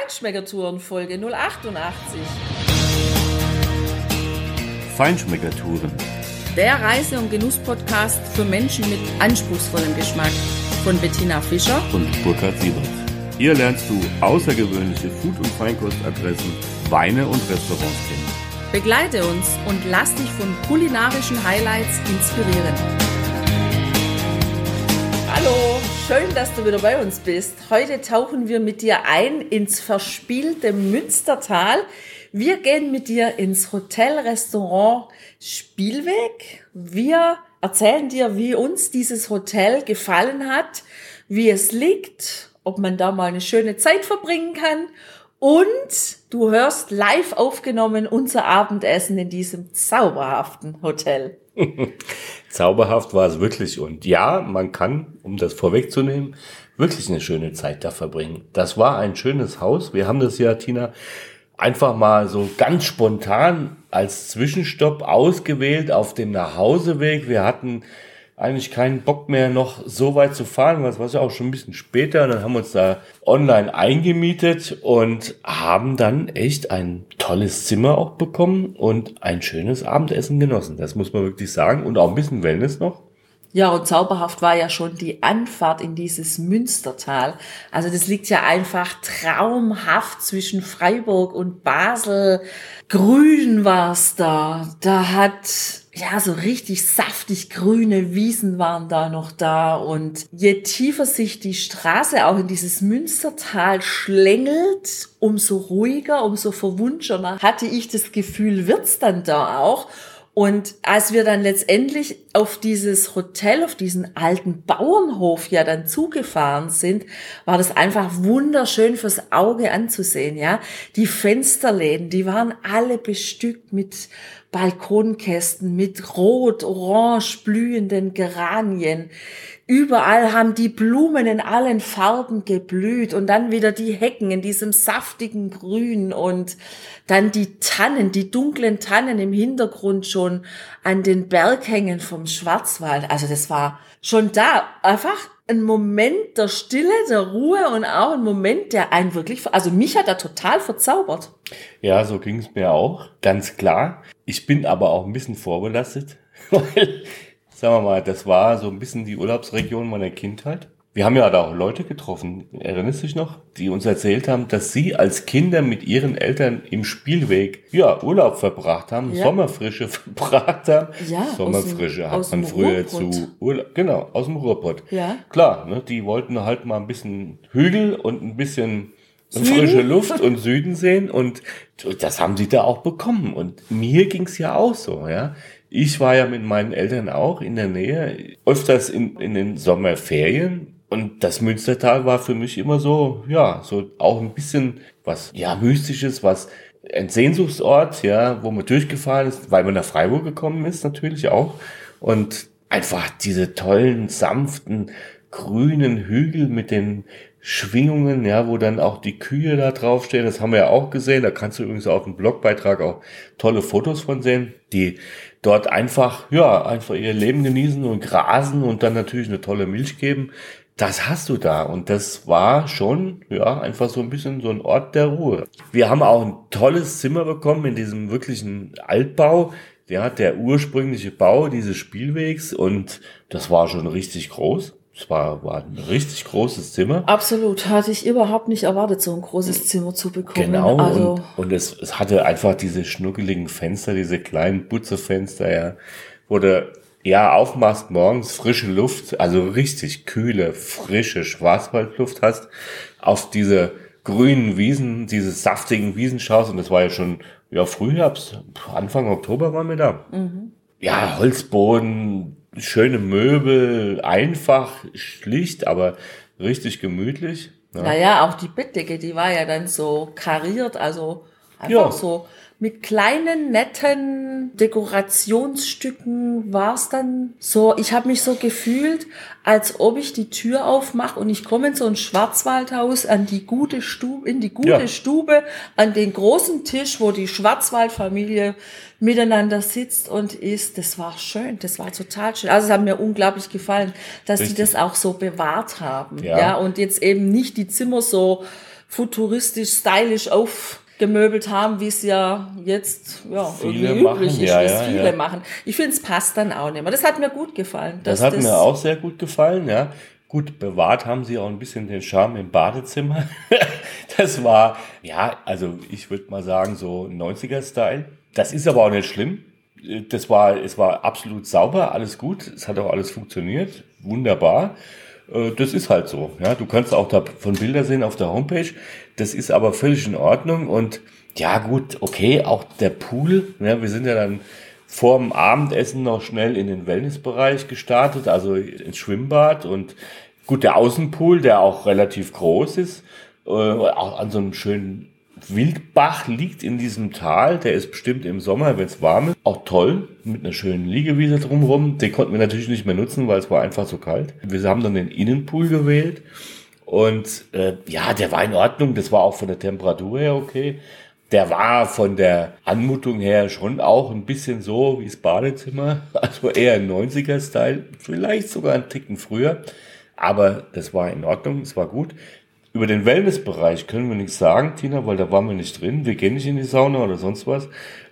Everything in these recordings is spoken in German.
Feinschmeckertouren Folge 088. Feinschmeckertouren. Der Reise- und Genuss-Podcast für Menschen mit anspruchsvollem Geschmack von Bettina Fischer und Burkhard Siebert. Hier lernst du außergewöhnliche Food- und Feinkostadressen, Weine und Restaurants kennen. Begleite uns und lass dich von kulinarischen Highlights inspirieren. Hallo, schön, dass du wieder bei uns bist. Heute tauchen wir mit dir ein ins verspielte Münstertal. Wir gehen mit dir ins Hotel-Restaurant Spielweg. Wir erzählen dir, wie uns dieses Hotel gefallen hat, wie es liegt, ob man da mal eine schöne Zeit verbringen kann. Und du hörst live aufgenommen unser Abendessen in diesem zauberhaften Hotel. Zauberhaft war es wirklich. Und ja, man kann, um das vorwegzunehmen, wirklich eine schöne Zeit da verbringen. Das war ein schönes Haus. Wir haben das ja, Tina, einfach mal so ganz spontan als Zwischenstopp ausgewählt auf dem Nachhauseweg. Wir hatten eigentlich keinen Bock mehr, noch so weit zu fahren, was war ja auch schon ein bisschen später. Und dann haben wir uns da online eingemietet und haben dann echt ein tolles Zimmer auch bekommen und ein schönes Abendessen genossen. Das muss man wirklich sagen. Und auch ein bisschen Wellness noch. Ja, und zauberhaft war ja schon die Anfahrt in dieses Münstertal. Also das liegt ja einfach traumhaft zwischen Freiburg und Basel. Grün war's da. Da hat, ja, so richtig saftig grüne Wiesen waren da noch da. Und je tiefer sich die Straße auch in dieses Münstertal schlängelt, umso ruhiger, umso verwunschener hatte ich das Gefühl, wird's dann da auch. Und als wir dann letztendlich auf dieses Hotel, auf diesen alten Bauernhof ja dann zugefahren sind, war das einfach wunderschön fürs Auge anzusehen, ja. Die Fensterläden, die waren alle bestückt mit Balkonkästen, mit rot, orange blühenden Geranien. Überall haben die Blumen in allen Farben geblüht und dann wieder die Hecken in diesem saftigen Grün und dann die Tannen, die dunklen Tannen im Hintergrund schon an den Berghängen vom Schwarzwald. Also das war schon da einfach ein Moment der Stille, der Ruhe und auch ein Moment, der einen wirklich, also mich hat er total verzaubert. Ja, so ging es mir auch, ganz klar. Ich bin aber auch ein bisschen vorbelastet, weil, sagen wir mal, das war so ein bisschen die Urlaubsregion meiner Kindheit. Wir haben ja da auch Leute getroffen, erinnerst du dich noch, die uns erzählt haben, dass sie als Kinder mit ihren Eltern im Spielweg, ja, Urlaub verbracht haben, ja. Sommerfrische verbracht haben. Ja, Sommerfrische hat man früher Ruhrpott. Zu Urlaub, genau, aus dem Ruhrpott. Ja. Klar, ne, die wollten halt mal ein bisschen Hügel und ein bisschen frische Luft und Süden sehen und das haben sie da auch bekommen. Und mir ging's ja auch so, ja. Ich war ja mit meinen Eltern auch in der Nähe, öfters in den Sommerferien. Und das Münstertal war für mich immer so, ja, so auch ein bisschen was, ja, Mystisches, was ein Sehnsuchtsort, ja, wo man durchgefahren ist, weil man nach Freiburg gekommen ist, natürlich auch. Und einfach diese tollen, sanften, grünen Hügel mit den Schwingungen, ja, wo dann auch die Kühe da draufstehen, das haben wir ja auch gesehen, da kannst du übrigens auf dem Blogbeitrag auch tolle Fotos von sehen, die dort einfach ihr Leben genießen und grasen und dann natürlich eine tolle Milch geben. Das hast du da und das war schon, ja, einfach so ein bisschen so ein Ort der Ruhe. Wir haben auch ein tolles Zimmer bekommen in diesem wirklichen Altbau. Der ursprüngliche Bau dieses Spielwegs und das war schon richtig groß. Es war ein richtig großes Zimmer. Absolut, hatte ich überhaupt nicht erwartet, so ein großes Zimmer zu bekommen. Genau, also und es hatte einfach diese schnuckeligen Fenster, diese kleinen Butzefenster, ja, wo du aufmachst morgens, frische Luft, also richtig kühle, frische Schwarzwaldluft hast, auf diese grünen Wiesen, diese saftigen Wiesen schaust und das war ja schon, Frühherbst, Anfang Oktober waren wir da. Mhm. Ja, Holzboden, schöne Möbel, einfach, schlicht, aber richtig gemütlich. Ja. Naja, auch die Bettdecke, die war ja dann so kariert, also einfach so mit kleinen, netten Dekorationsstücken war es dann so, ich habe mich so gefühlt, als ob ich die Tür aufmache und ich komme in so ein Schwarzwaldhaus in die gute Stube, an den großen Tisch, wo die Schwarzwaldfamilie miteinander sitzt und isst. Das war schön, das war total schön. Also es hat mir unglaublich gefallen, dass die das auch so bewahrt haben. Ja, und jetzt eben nicht die Zimmer so futuristisch, stylisch aufgemöbelt haben, wie es ja jetzt Viele irgendwie machen, üblich ist, ja, wie es ja, viele ja. machen. Ich finde, es passt dann auch nicht mehr. Das hat mir gut gefallen. Das hat mir auch sehr gut gefallen, ja. Gut, bewahrt haben sie auch ein bisschen den Charme im Badezimmer. Das war, ja, also ich würde mal sagen, so 90er-Style. Das ist aber auch nicht schlimm. Es war absolut sauber, alles gut. Es hat auch alles funktioniert. Wunderbar. Das ist halt so. Ja, du kannst auch davon Bilder sehen auf der Homepage. Das ist aber völlig in Ordnung. Und ja, gut, okay, auch der Pool. Ja, wir sind ja dann vor dem Abendessen noch schnell in den Wellnessbereich gestartet, also ins Schwimmbad. Und gut, der Außenpool, der auch relativ groß ist, auch an so einem schönen Wildbach liegt in diesem Tal. Der ist bestimmt im Sommer, wenn es warm ist, auch toll, mit einer schönen Liegewiese drumherum. Den konnten wir natürlich nicht mehr nutzen, weil es war einfach so kalt. Wir haben dann den Innenpool gewählt und ja, der war in Ordnung. Das war auch von der Temperatur her okay. Der war von der Anmutung her schon auch ein bisschen so wie das Badezimmer, also eher ein 90er-Style, vielleicht sogar einen Ticken früher. Aber das war in Ordnung, es war gut. Über den Wellnessbereich können wir nichts sagen, Tina, weil da waren wir nicht drin. Wir gehen nicht in die Sauna oder sonst was.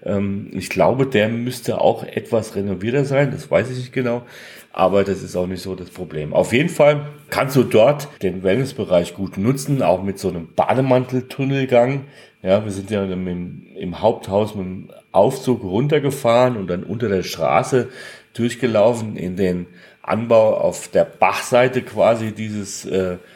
Ich glaube, der müsste auch etwas renovierter sein, das weiß ich nicht genau. Aber das ist auch nicht so das Problem. Auf jeden Fall kannst du dort den Wellnessbereich gut nutzen, auch mit so einem Bademanteltunnelgang. Ja, wir sind ja im Haupthaus mit dem Aufzug runtergefahren und dann unter der Straße durchgelaufen in den Anbau auf der Bachseite quasi dieses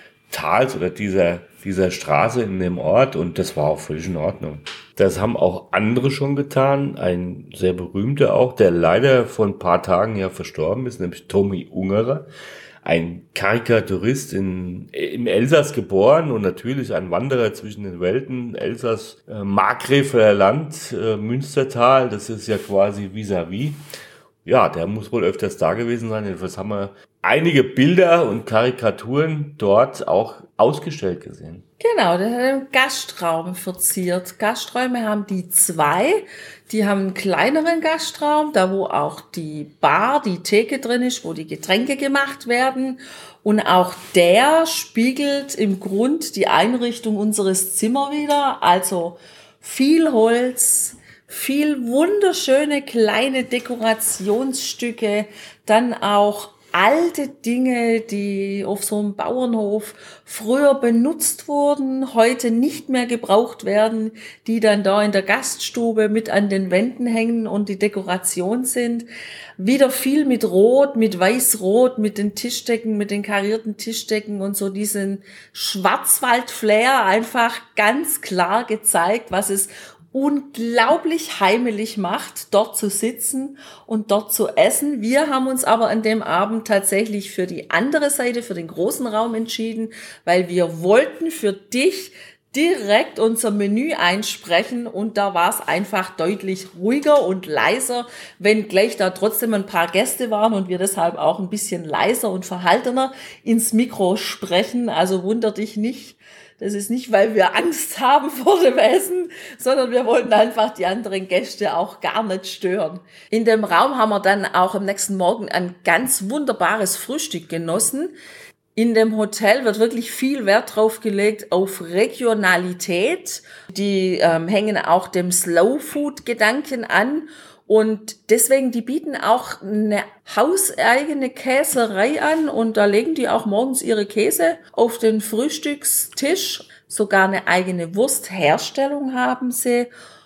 Tals oder dieser Straße in dem Ort, und das war auch völlig in Ordnung. Das haben auch andere schon getan, ein sehr berühmter auch, der leider vor ein paar Tagen ja verstorben ist, nämlich Tommy Ungerer, ein Karikaturist im Elsass geboren und natürlich ein Wanderer zwischen den Welten, Elsass, Markgräfler Land, Münstertal, das ist ja quasi vis-à-vis. Ja, der muss wohl öfters da gewesen sein. Jedenfalls haben wir einige Bilder und Karikaturen dort auch ausgestellt gesehen. Genau, der hat einen Gastraum verziert. Gasträume haben die zwei. Die haben einen kleineren Gastraum, da wo auch die Bar, die Theke drin ist, wo die Getränke gemacht werden. Und auch der spiegelt im Grund die Einrichtung unseres Zimmers wider. Also viel Holz, viel wunderschöne kleine Dekorationsstücke, dann auch alte Dinge, die auf so einem Bauernhof früher benutzt wurden, heute nicht mehr gebraucht werden, die dann da in der Gaststube mit an den Wänden hängen und die Dekoration sind. Wieder viel mit Rot, mit Weiß-Rot, mit den Tischdecken, mit den karierten Tischdecken und so diesen Schwarzwald-Flair einfach ganz klar gezeigt, was es unglaublich heimelig macht, dort zu sitzen und dort zu essen. Wir haben uns aber an dem Abend tatsächlich für die andere Seite, für den großen Raum entschieden, weil wir wollten für dich direkt unser Menü einsprechen und da war es einfach deutlich ruhiger und leiser, wenngleich da trotzdem ein paar Gäste waren und wir deshalb auch ein bisschen leiser und verhaltener ins Mikro sprechen. Also wunder dich nicht. Das ist nicht, weil wir Angst haben vor dem Essen, sondern wir wollten einfach die anderen Gäste auch gar nicht stören. In dem Raum haben wir dann auch am nächsten Morgen ein ganz wunderbares Frühstück genossen. In dem Hotel wird wirklich viel Wert drauf gelegt auf Regionalität. Die hängen auch dem Slow-Food-Gedanken an. Und deswegen, die bieten auch eine hauseigene Käserei an und da legen die auch morgens ihre Käse auf den Frühstückstisch. Sogar eine eigene Wurstherstellung haben sie.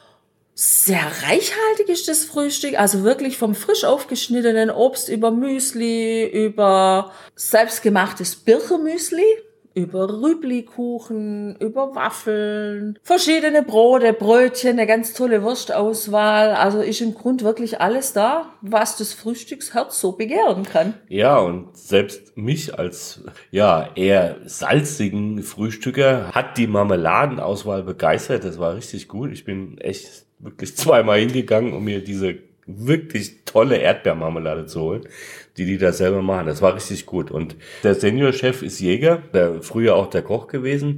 Sehr reichhaltig ist das Frühstück, also wirklich vom frisch aufgeschnittenen Obst über Müsli, über selbstgemachtes Birchermüsli, über Rüblikuchen, über Waffeln, verschiedene Brote, Brötchen, eine ganz tolle Wurstauswahl. Also ist im Grund wirklich alles da, was das Frühstücksherz so begehren kann. Ja, und selbst mich als ja eher salzigen Frühstücker hat die Marmeladenauswahl begeistert. Das war richtig gut. Ich bin echt wirklich zweimal hingegangen, um mir diese wirklich tolle Erdbeermarmelade zu holen, die da selber machen. Das war richtig gut. Und der Seniorchef ist Jäger, der früher auch der Koch gewesen.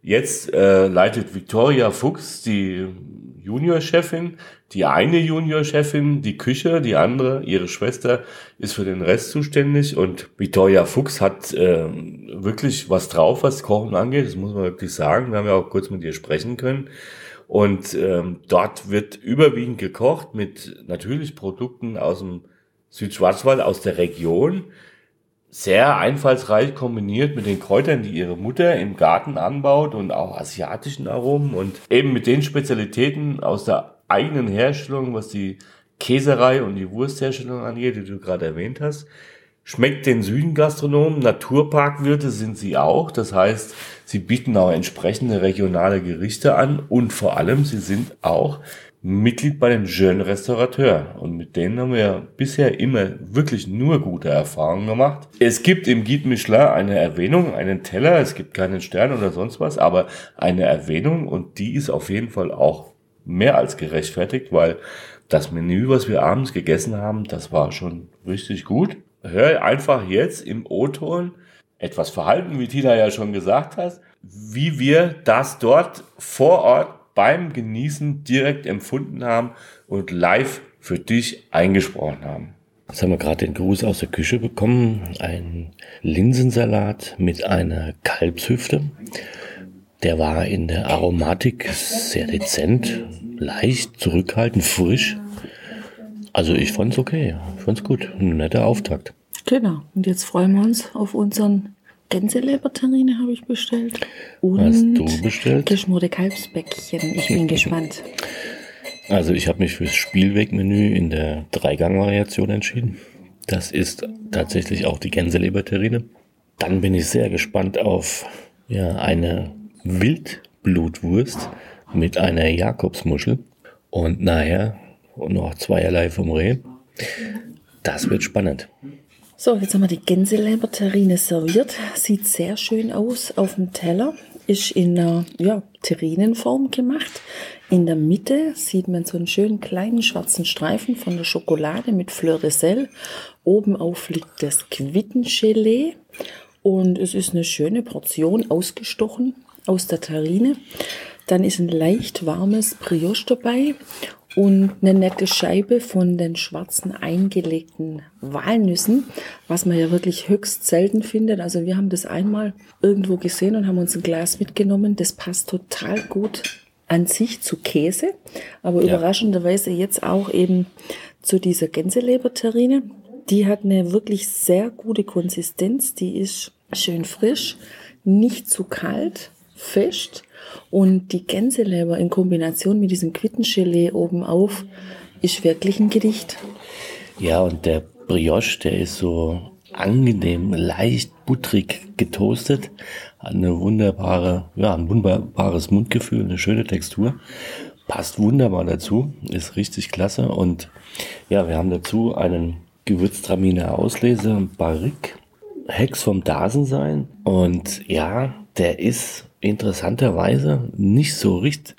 Jetzt leitet Victoria Fuchs, die Juniorchefin, die eine Juniorchefin, die Küche, die andere, ihre Schwester, ist für den Rest zuständig. Und Victoria Fuchs hat wirklich was drauf, was Kochen angeht. Das muss man wirklich sagen. Wir haben ja auch kurz mit ihr sprechen können. Und dort wird überwiegend gekocht mit natürlich Produkten aus dem Südschwarzwald, aus der Region. Sehr einfallsreich kombiniert mit den Kräutern, die ihre Mutter im Garten anbaut und auch asiatischen Aromen und eben mit den Spezialitäten aus der eigenen Herstellung, was die Käserei und die Wurstherstellung angeht, die du gerade erwähnt hast. Schmeckt den Südengastronomen, Naturparkwirte sind sie auch. Das heißt, sie bieten auch entsprechende regionale Gerichte an und vor allem, sie sind auch Mitglied bei den Jeunes Restaurateurs. Und mit denen haben wir bisher immer wirklich nur gute Erfahrungen gemacht. Es gibt im Guide Michelin eine Erwähnung, einen Teller. Es gibt keinen Stern oder sonst was, aber eine Erwähnung und die ist auf jeden Fall auch mehr als gerechtfertigt, weil das Menü, was wir abends gegessen haben, das war schon richtig gut. Hör einfach jetzt im O-Ton etwas verhalten, wie Tina ja schon gesagt hat, wie wir das dort vor Ort beim Genießen direkt empfunden haben und live für dich eingesprochen haben. Jetzt haben wir gerade den Gruß aus der Küche bekommen. Ein Linsensalat mit einer Kalbshüfte. Der war in der Aromatik sehr dezent, leicht, zurückhaltend, frisch. Also ich fand's okay, ich fand's gut. Ein netter Auftakt. Genau, und jetzt freuen wir uns auf unseren Gänseleberterrine habe ich bestellt. Und hast du bestellt? Geschmorte Kalbsbäckchen. Ich bin gespannt. Also ich habe mich fürs Spielwegmenü in der 3-Gang-Variation entschieden. Das ist tatsächlich auch die Gänseleberterrine. Dann bin ich sehr gespannt auf eine Wildblutwurst mit einer Jakobsmuschel und nachher noch zweierlei vom Reh. Das wird spannend. So, jetzt haben wir die Gänseleberterrine serviert. Sieht sehr schön aus auf dem Teller. Ist in einer Terrinenform gemacht. In der Mitte sieht man so einen schönen kleinen schwarzen Streifen von der Schokolade mit Fleur de Sel. Oben auf liegt das Quittengelee. Und es ist eine schöne Portion ausgestochen aus der Terrine. Dann ist ein leicht warmes Brioche dabei. Und eine nette Scheibe von den schwarzen eingelegten Walnüssen, was man ja wirklich höchst selten findet. Also wir haben das einmal irgendwo gesehen und haben uns ein Glas mitgenommen. Das passt total gut an sich zu Käse, aber überraschenderweise jetzt auch eben zu dieser Gänseleberterrine. Die hat eine wirklich sehr gute Konsistenz. Die ist schön frisch, nicht zu kalt, fest. Und die Gänseleber in Kombination mit diesem Quittengelee obenauf ist wirklich ein Gedicht. Ja, und der Brioche, der ist so angenehm, leicht butterig getoastet. Hat ein wunderbares Mundgefühl, eine schöne Textur. Passt wunderbar dazu, ist richtig klasse. Und ja, wir haben dazu einen Gewürztraminer Auslese, Barrique, Hex vom Dasensein. Und ja, der ist interessanterweise nicht so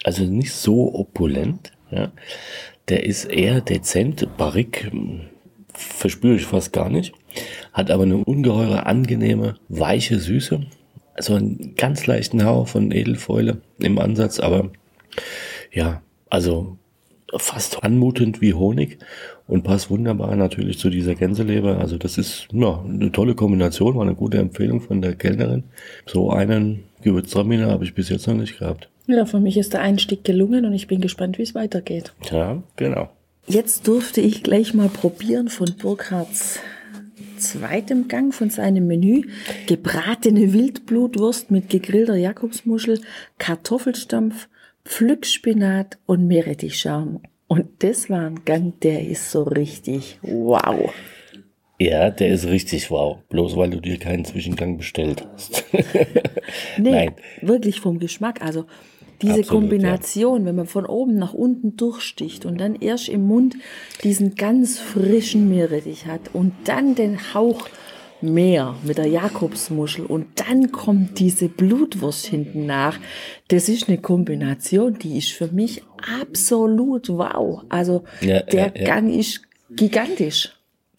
opulent. Ja. Der ist eher dezent. Barrique verspüre ich fast gar nicht. Hat aber eine ungeheure, angenehme, weiche Süße. Also einen ganz leichten Hauch von Edelfäule im Ansatz, aber ja, also fast anmutend wie Honig und passt wunderbar natürlich zu dieser Gänseleber. Also das ist eine tolle Kombination, war eine gute Empfehlung von der Kellnerin. So einen Gewürztraminer habe ich bis jetzt noch nicht gehabt. Ja, für mich ist der Einstieg gelungen und ich bin gespannt, wie es weitergeht. Ja, genau. Jetzt durfte ich gleich mal probieren von Burkhards zweitem Gang von seinem Menü. Gebratene Wildblutwurst mit gegrillter Jakobsmuschel, Kartoffelstampf, Pflückspinat und Meerrettichschaum. Und das war ein Gang, der ist so richtig wow. Ja, der ist richtig wow. Bloß weil du dir keinen Zwischengang bestellt hast. Nee, Nein. wirklich vom Geschmack. Also diese Absolut, Kombination, wenn man von oben nach unten durchsticht und dann erst im Mund diesen ganz frischen Meerrettich hat und dann den Hauch Meer mit der Jakobsmuschel und dann kommt diese Blutwurst hinten nach. Das ist eine Kombination, die ist für mich absolut wow. Also der Gang ist gigantisch.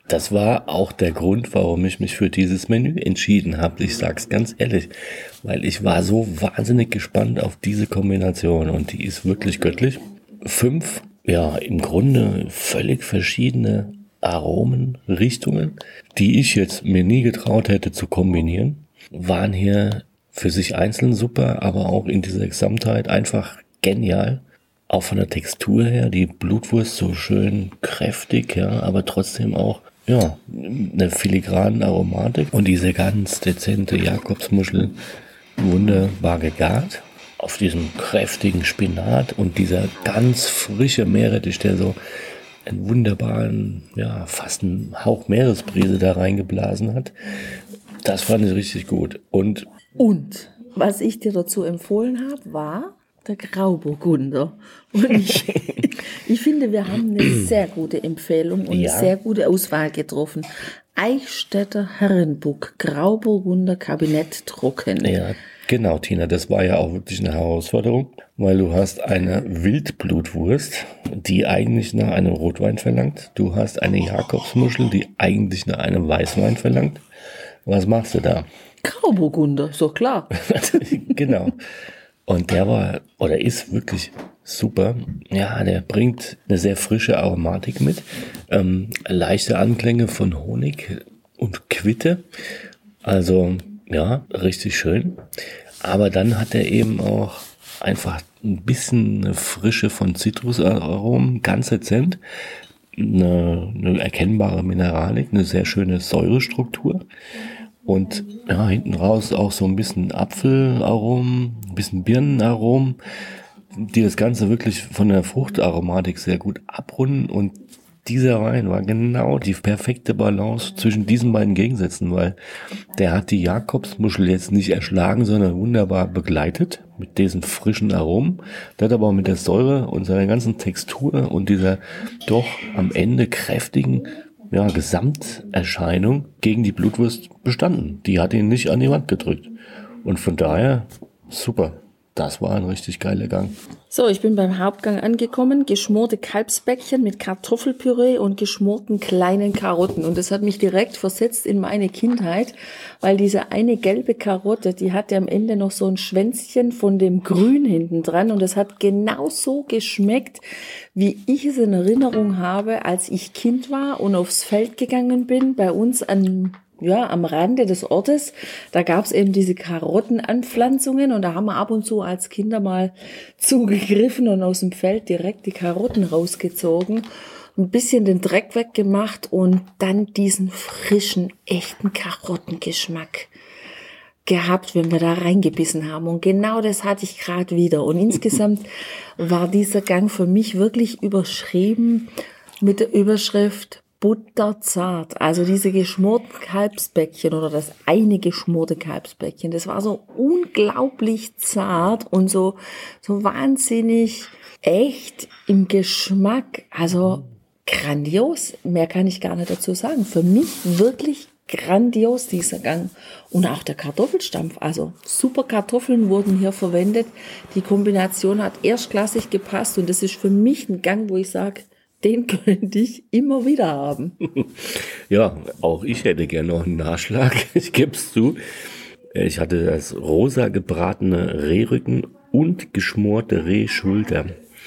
Das war auch der Grund, warum ich mich für dieses Menü entschieden habe. Ich sag's ganz ehrlich, weil ich war so wahnsinnig gespannt auf diese Kombination und die ist wirklich göttlich. 5, ja, im Grunde völlig verschiedene Aromenrichtungen, die ich jetzt mir nie getraut hätte zu kombinieren, waren hier für sich einzeln super, aber auch in dieser Gesamtheit einfach genial. Auch von der Textur her, die Blutwurst so schön kräftig, ja, aber trotzdem auch, ja, eine filigrane Aromatik. Und diese ganz dezente Jakobsmuschel wunderbar gegart auf diesem kräftigen Spinat und dieser ganz frische Meerrettich, der so einen wunderbaren, ja, fast einen Hauch Meeresbrise da reingeblasen hat. Das fand ich richtig gut. Und was ich dir dazu empfohlen habe, war der Grauburgunder. Und ich finde, wir haben eine sehr gute Empfehlung und eine sehr gute Auswahl getroffen. Eichstätter Herrenbuck, Grauburgunder Kabinett trocken. Ja, genau, Tina, das war ja auch wirklich eine Herausforderung, weil du hast eine Wildblutwurst, die eigentlich nach einem Rotwein verlangt. Du hast eine Jakobsmuschel, die eigentlich nach einem Weißwein verlangt. Was machst du da? Grauburgunder, so klar. Genau. Und der war, oder ist wirklich super. Ja, der bringt eine sehr frische Aromatik mit. Leichte Anklänge von Honig und Quitte. Also, ja, richtig schön. Aber dann hat er eben auch einfach ein bisschen eine Frische von Zitrusaromen, ganz dezent. Eine erkennbare Mineralik, eine sehr schöne Säurestruktur. Und ja, hinten raus auch so ein bisschen Apfelaromen, ein bisschen Birnenaromen, die das Ganze wirklich von der Fruchtaromatik sehr gut abrunden. Und dieser Wein war genau die perfekte Balance zwischen diesen beiden Gegensätzen, weil der hat die Jakobsmuschel jetzt nicht erschlagen, sondern wunderbar begleitet mit diesen frischen Aromen. Der hat aber auch mit der Säure und seiner ganzen Textur und dieser doch am Ende kräftigen Gesamterscheinung gegen die Blutwurst bestanden. Die hat ihn nicht an die Wand gedrückt. Und von daher, super. Das war ein richtig geiler Gang. So, ich bin beim Hauptgang angekommen. Geschmorte Kalbsbäckchen mit Kartoffelpüree und geschmorten kleinen Karotten. Und das hat mich direkt versetzt in meine Kindheit, weil diese eine gelbe Karotte, die hatte am Ende noch so ein Schwänzchen von dem Grün hinten dran. Und das hat genauso geschmeckt, wie ich es in Erinnerung habe, als ich Kind war und aufs Feld gegangen bin, bei uns am Rande des Ortes. Da gab es eben diese Karottenanpflanzungen und da haben wir ab und zu als Kinder mal zugegriffen und aus dem Feld direkt die Karotten rausgezogen, ein bisschen den Dreck weggemacht und dann diesen frischen, echten Karottengeschmack gehabt, wenn wir da reingebissen haben. Und genau das hatte ich gerade wieder. Und insgesamt war dieser Gang für mich wirklich überschrieben mit der Überschrift butterzart. Also diese geschmorten Kalbsbäckchen oder das eine geschmorte Kalbsbäckchen, das war so unglaublich zart und so wahnsinnig echt im Geschmack. Also grandios. Mehr kann ich gar nicht dazu sagen. Für mich wirklich grandios dieser Gang. Und auch der Kartoffelstampf. Also super Kartoffeln wurden hier verwendet. Die Kombination hat erstklassig gepasst und das ist für mich ein Gang, wo ich sage, den könnte ich immer wieder haben. Ja, auch ich hätte gerne noch einen Nachschlag. Ich gebe es zu. Ich hatte das rosa gebratene Rehrücken und geschmorte Rehschulter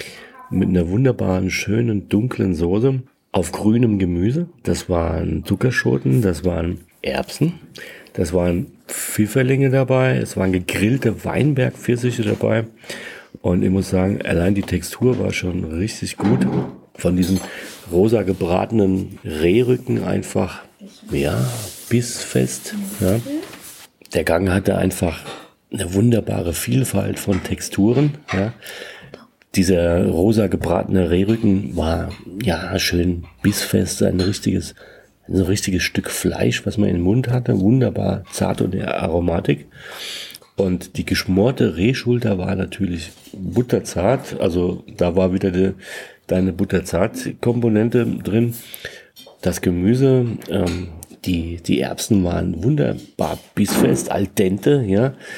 mit einer wunderbaren, schönen, dunklen Soße auf grünem Gemüse. Das waren Zuckerschoten, das waren Erbsen, das waren Pfifferlinge dabei, es waren gegrillte Weinbergpfirsiche dabei. Und ich muss sagen, allein die Textur war schon richtig gut. Von diesem rosa gebratenen Rehrücken einfach, bissfest. Ja. Der Gang hatte einfach eine wunderbare Vielfalt von Texturen. Ja. Dieser rosa gebratene Rehrücken war, schön bissfest, ein richtiges Stück Fleisch, was man im Mund hatte. Wunderbar zart und der Aromatik. Und die geschmorte Rehschulter war natürlich butterzart. Also da war wieder deine Butterzart-Komponente drin. Das Gemüse, die Erbsen waren wunderbar bissfest, al dente, ja.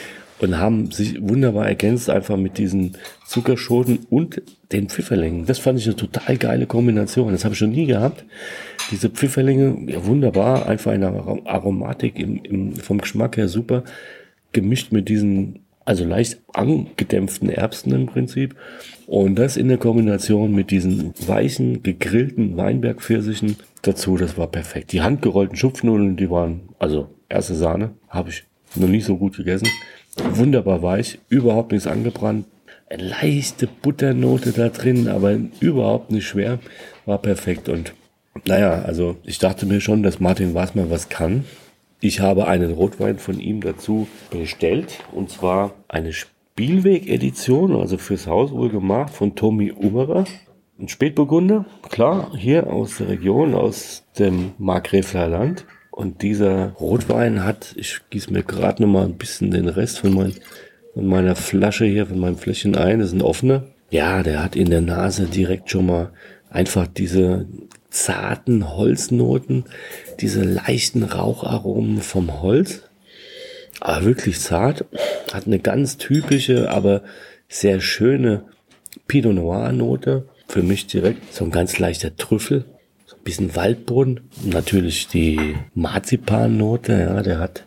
und haben sich wunderbar ergänzt, einfach mit diesen Zuckerschoten und den Pfifferlingen. Das fand ich eine total geile Kombination. Das habe ich schon nie gehabt. Diese Pfifferlinge, ja, wunderbar, einfach eine Aromatik vom Geschmack her super, gemischt mit diesen, also leicht angedämpften Erbsen im Prinzip. Und das in der Kombination mit diesen weichen, gegrillten Weinbergpfirsichen dazu, das war perfekt. Die handgerollten Schupfnudeln, die waren, also erste Sahne, habe ich noch nie so gut gegessen. Wunderbar weich, überhaupt nichts angebrannt. Eine leichte Butternote da drin, aber überhaupt nicht schwer. War perfekt. Und naja, also ich dachte mir schon, dass Martin Wasmer was kann. Ich habe einen Rotwein von ihm dazu bestellt. Und zwar eine Spielweg-Edition, also fürs Haus wohlgemacht, von Tommy Ummerer. Ein Spätburgunder, klar, hier aus der Region, aus dem Markgräfler Land. Und dieser Rotwein hat, ich gieße mir gerade noch mal ein bisschen den Rest von meiner Flasche hier, von meinem Fläschchen ein, das ist ein offener. Ja, der hat in der Nase direkt schon mal einfach diese zarten Holznoten, diese leichten Raucharomen vom Holz. Aber wirklich zart, hat eine ganz typische, aber sehr schöne Pinot Noir Note. Für mich direkt so ein ganz leichter Trüffel. Bisschen Waldboden, natürlich die Marzipannote, ja, der hat,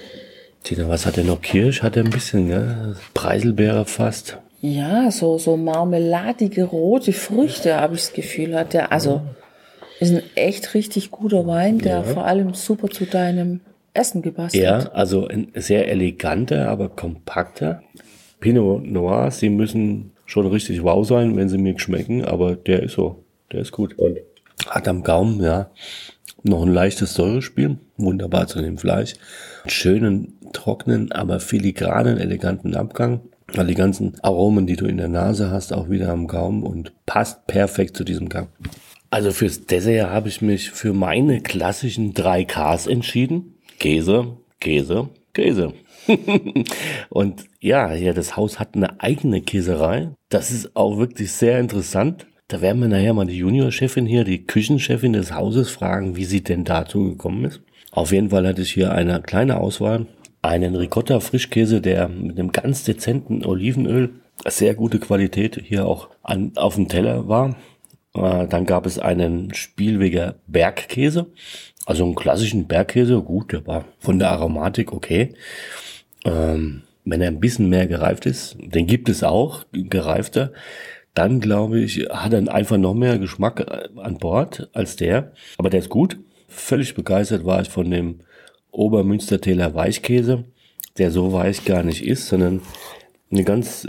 was hat er noch, Kirsch hat er ein bisschen, ja, Preiselbeere fast. Ja, so marmeladige rote Früchte, habe ich das Gefühl, hat der, also ist ein echt richtig guter Wein, der vor allem super zu deinem Essen gepasst hat. Ja, also ein sehr eleganter, aber kompakter. Pinot Noir, sie müssen schon richtig wow sein, wenn sie mir schmecken, aber der ist gut. Und hat am Gaumen, ja, noch ein leichtes Säurespiel, wunderbar zu dem Fleisch. Schönen, trockenen, aber filigranen, eleganten Abgang. Weil die ganzen Aromen, die du in der Nase hast, auch wieder am Gaumen und passt perfekt zu diesem Gang. Also fürs Dessert habe ich mich für meine klassischen 3 Ks entschieden. Käse, Käse, Käse. Und ja, das Haus hat eine eigene Käserei. Das ist auch wirklich sehr interessant. Da werden wir nachher mal die Juniorchefin hier, die Küchenchefin des Hauses fragen, wie sie denn dazu gekommen ist. Auf jeden Fall hatte ich hier eine kleine Auswahl. Einen Ricotta-Frischkäse, der mit einem ganz dezenten Olivenöl, sehr gute Qualität, hier auch auf dem Teller war. Dann gab es einen Spielweger Bergkäse, also einen klassischen Bergkäse. Gut, der war von der Aromatik okay. Wenn er ein bisschen mehr gereift ist, den gibt es auch, gereifter. Dann, glaube ich, hat er einfach noch mehr Geschmack an Bord als der. Aber der ist gut. Völlig begeistert war ich von dem Obermünstertäler Weichkäse, der so weich gar nicht ist, sondern eine ganz,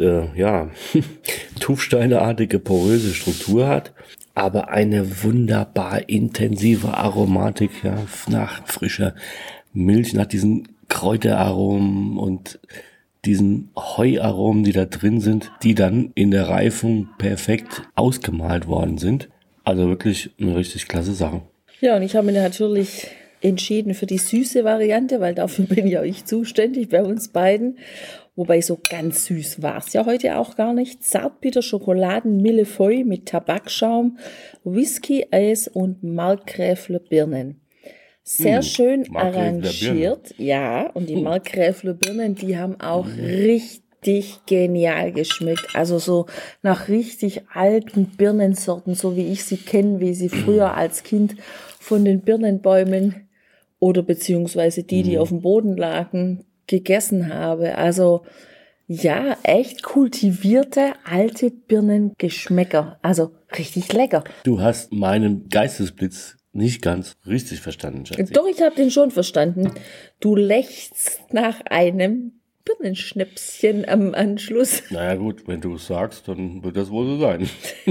tuffsteineartige, poröse Struktur hat. Aber eine wunderbar intensive Aromatik, ja, nach frischer Milch, nach diesen Kräuteraromen und diesen Heuaromen, die da drin sind, die dann in der Reifung perfekt ausgemalt worden sind. Also wirklich eine richtig klasse Sache. Ja, und ich habe mich natürlich entschieden für die süße Variante, weil dafür bin ja ich zuständig bei uns beiden. Wobei so ganz süß war es ja heute auch gar nicht. Zartbitter Schokoladen Millefeuille mit Tabakschaum, Whisky, Eis und Markgräfler Birnen. Sehr schön arrangiert. Ja, und die Markgräfler Birnen, die haben auch richtig genial geschmeckt. Also so nach richtig alten Birnensorten, so wie ich sie kenne, wie sie früher als Kind von den Birnenbäumen oder beziehungsweise die auf dem Boden lagen, gegessen habe. Also ja, echt kultivierte alte Birnengeschmäcker. Also richtig lecker. Du hast meinen Geistesblitz nicht ganz richtig verstanden, Schatzi. Doch, ich habe den schon verstanden. Du lechzt nach einem Birnenschnäpschen am Anschluss. Naja gut, wenn du es sagst, dann wird das wohl so sein.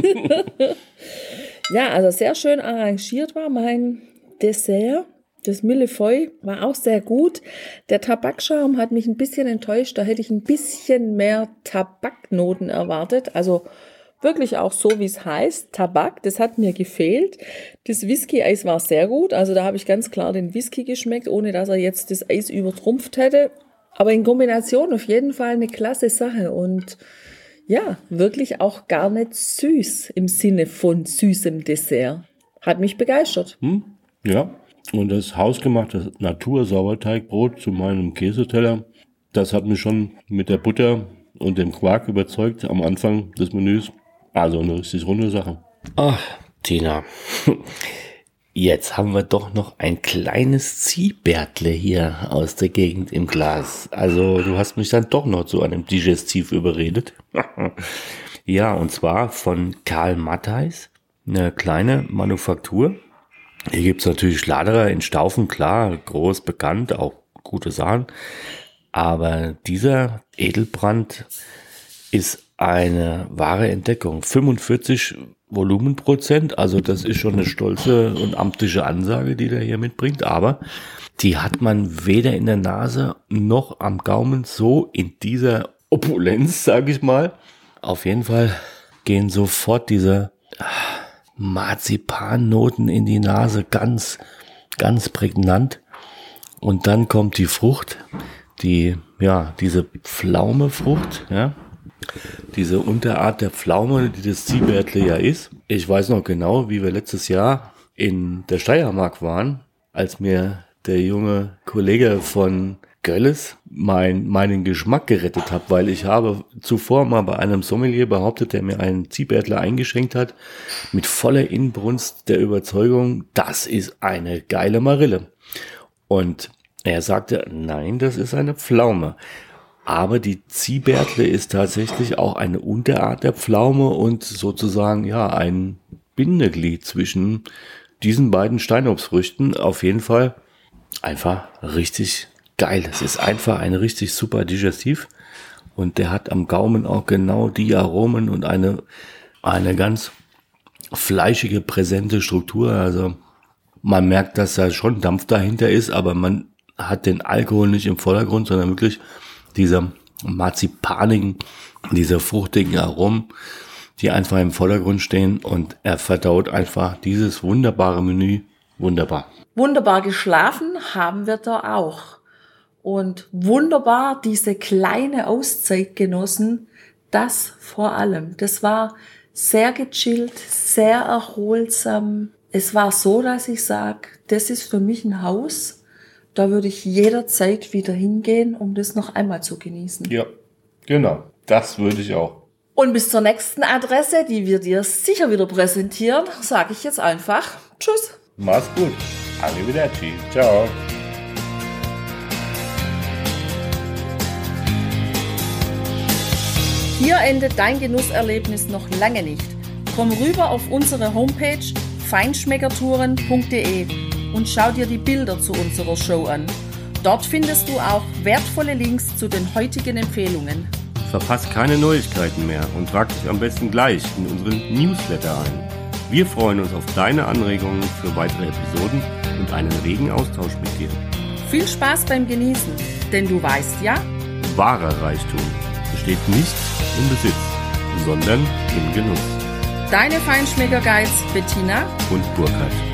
Ja, also sehr schön arrangiert war mein Dessert. Das Millefeuille war auch sehr gut. Der Tabakschaum hat mich ein bisschen enttäuscht. Da hätte ich ein bisschen mehr Tabaknoten erwartet. Also wirklich auch so, wie es heißt, Tabak. Das hat mir gefehlt. Das Whisky-Eis war sehr gut. Also da habe ich ganz klar den Whisky geschmeckt, ohne dass er jetzt das Eis übertrumpft hätte. Aber in Kombination auf jeden Fall eine klasse Sache. Und ja, wirklich auch gar nicht süß im Sinne von süßem Dessert. Hat mich begeistert. Ja. Und das hausgemachte Natur-Sauerteigbrot zu meinem Käseteller, das hat mich schon mit der Butter und dem Quark überzeugt am Anfang des Menüs. Also eine richtig runde Sache. Ach, Tina, jetzt haben wir doch noch ein kleines Ziehbärtle hier aus der Gegend im Glas. Also du hast mich dann doch noch zu einem Digestiv überredet. Ja, und zwar von Karl Mattheis, eine kleine Manufaktur. Hier gibt's natürlich Schladerer in Staufen, klar, groß bekannt, auch gute Sachen. Aber dieser Edelbrand ist eine wahre Entdeckung. 45 Volumenprozent, also das ist schon eine stolze und amtliche Ansage, die der hier mitbringt. Aber die hat man weder in der Nase noch am Gaumen so in dieser Opulenz, sage ich mal. Auf jeden Fall gehen sofort diese Marzipannoten in die Nase, ganz, ganz prägnant. Und dann kommt die Frucht, diese Pflaumefrucht, ja. Diese Unterart der Pflaume, die das Ziehbärtle ja ist. Ich weiß noch genau, wie wir letztes Jahr in der Steiermark waren, als mir der junge Kollege von Görlitz meinen Geschmack gerettet hat, weil ich habe zuvor mal bei einem Sommelier behauptet, der mir einen Ziehbärtler eingeschenkt hat, mit voller Inbrunst der Überzeugung, das ist eine geile Marille. Und er sagte, nein, das ist eine Pflaume. Aber die Ziehbärtle ist tatsächlich auch eine Unterart der Pflaume und sozusagen ein Bindeglied zwischen diesen beiden Steinobstfrüchten. Auf jeden Fall einfach richtig geil. Es ist einfach ein richtig super Digestiv und der hat am Gaumen auch genau die Aromen und eine ganz fleischige, präsente Struktur. Also man merkt, dass da schon Dampf dahinter ist, aber man hat den Alkohol nicht im Vordergrund, sondern wirklich dieser marzipanigen, dieser fruchtigen Aromen, die einfach im Vordergrund stehen und er verdaut einfach dieses wunderbare Menü wunderbar. Wunderbar geschlafen haben wir da auch. Und wunderbar diese kleine Auszeit genossen, das vor allem. Das war sehr gechillt, sehr erholsam. Es war so, dass ich sage, das ist für mich ein Haus, da würde ich jederzeit wieder hingehen, um das noch einmal zu genießen. Ja, genau. Das würde ich auch. Und bis zur nächsten Adresse, die wir dir sicher wieder präsentieren, sage ich jetzt einfach Tschüss. Mach's gut. Arrivederci. Ciao. Hier endet dein Genusserlebnis noch lange nicht. Komm rüber auf unsere Homepage feinschmeckertouren.de und schau dir die Bilder zu unserer Show an. Dort findest du auch wertvolle Links zu den heutigen Empfehlungen. Verpasst keine Neuigkeiten mehr und trag dich am besten gleich in unseren Newsletter ein. Wir freuen uns auf deine Anregungen für weitere Episoden und einen regen Austausch mit dir. Viel Spaß beim Genießen, denn du weißt ja, wahrer Reichtum besteht nicht im Besitz, sondern im Genuss. Deine Feinschmecker-Guides Bettina und Burkhard.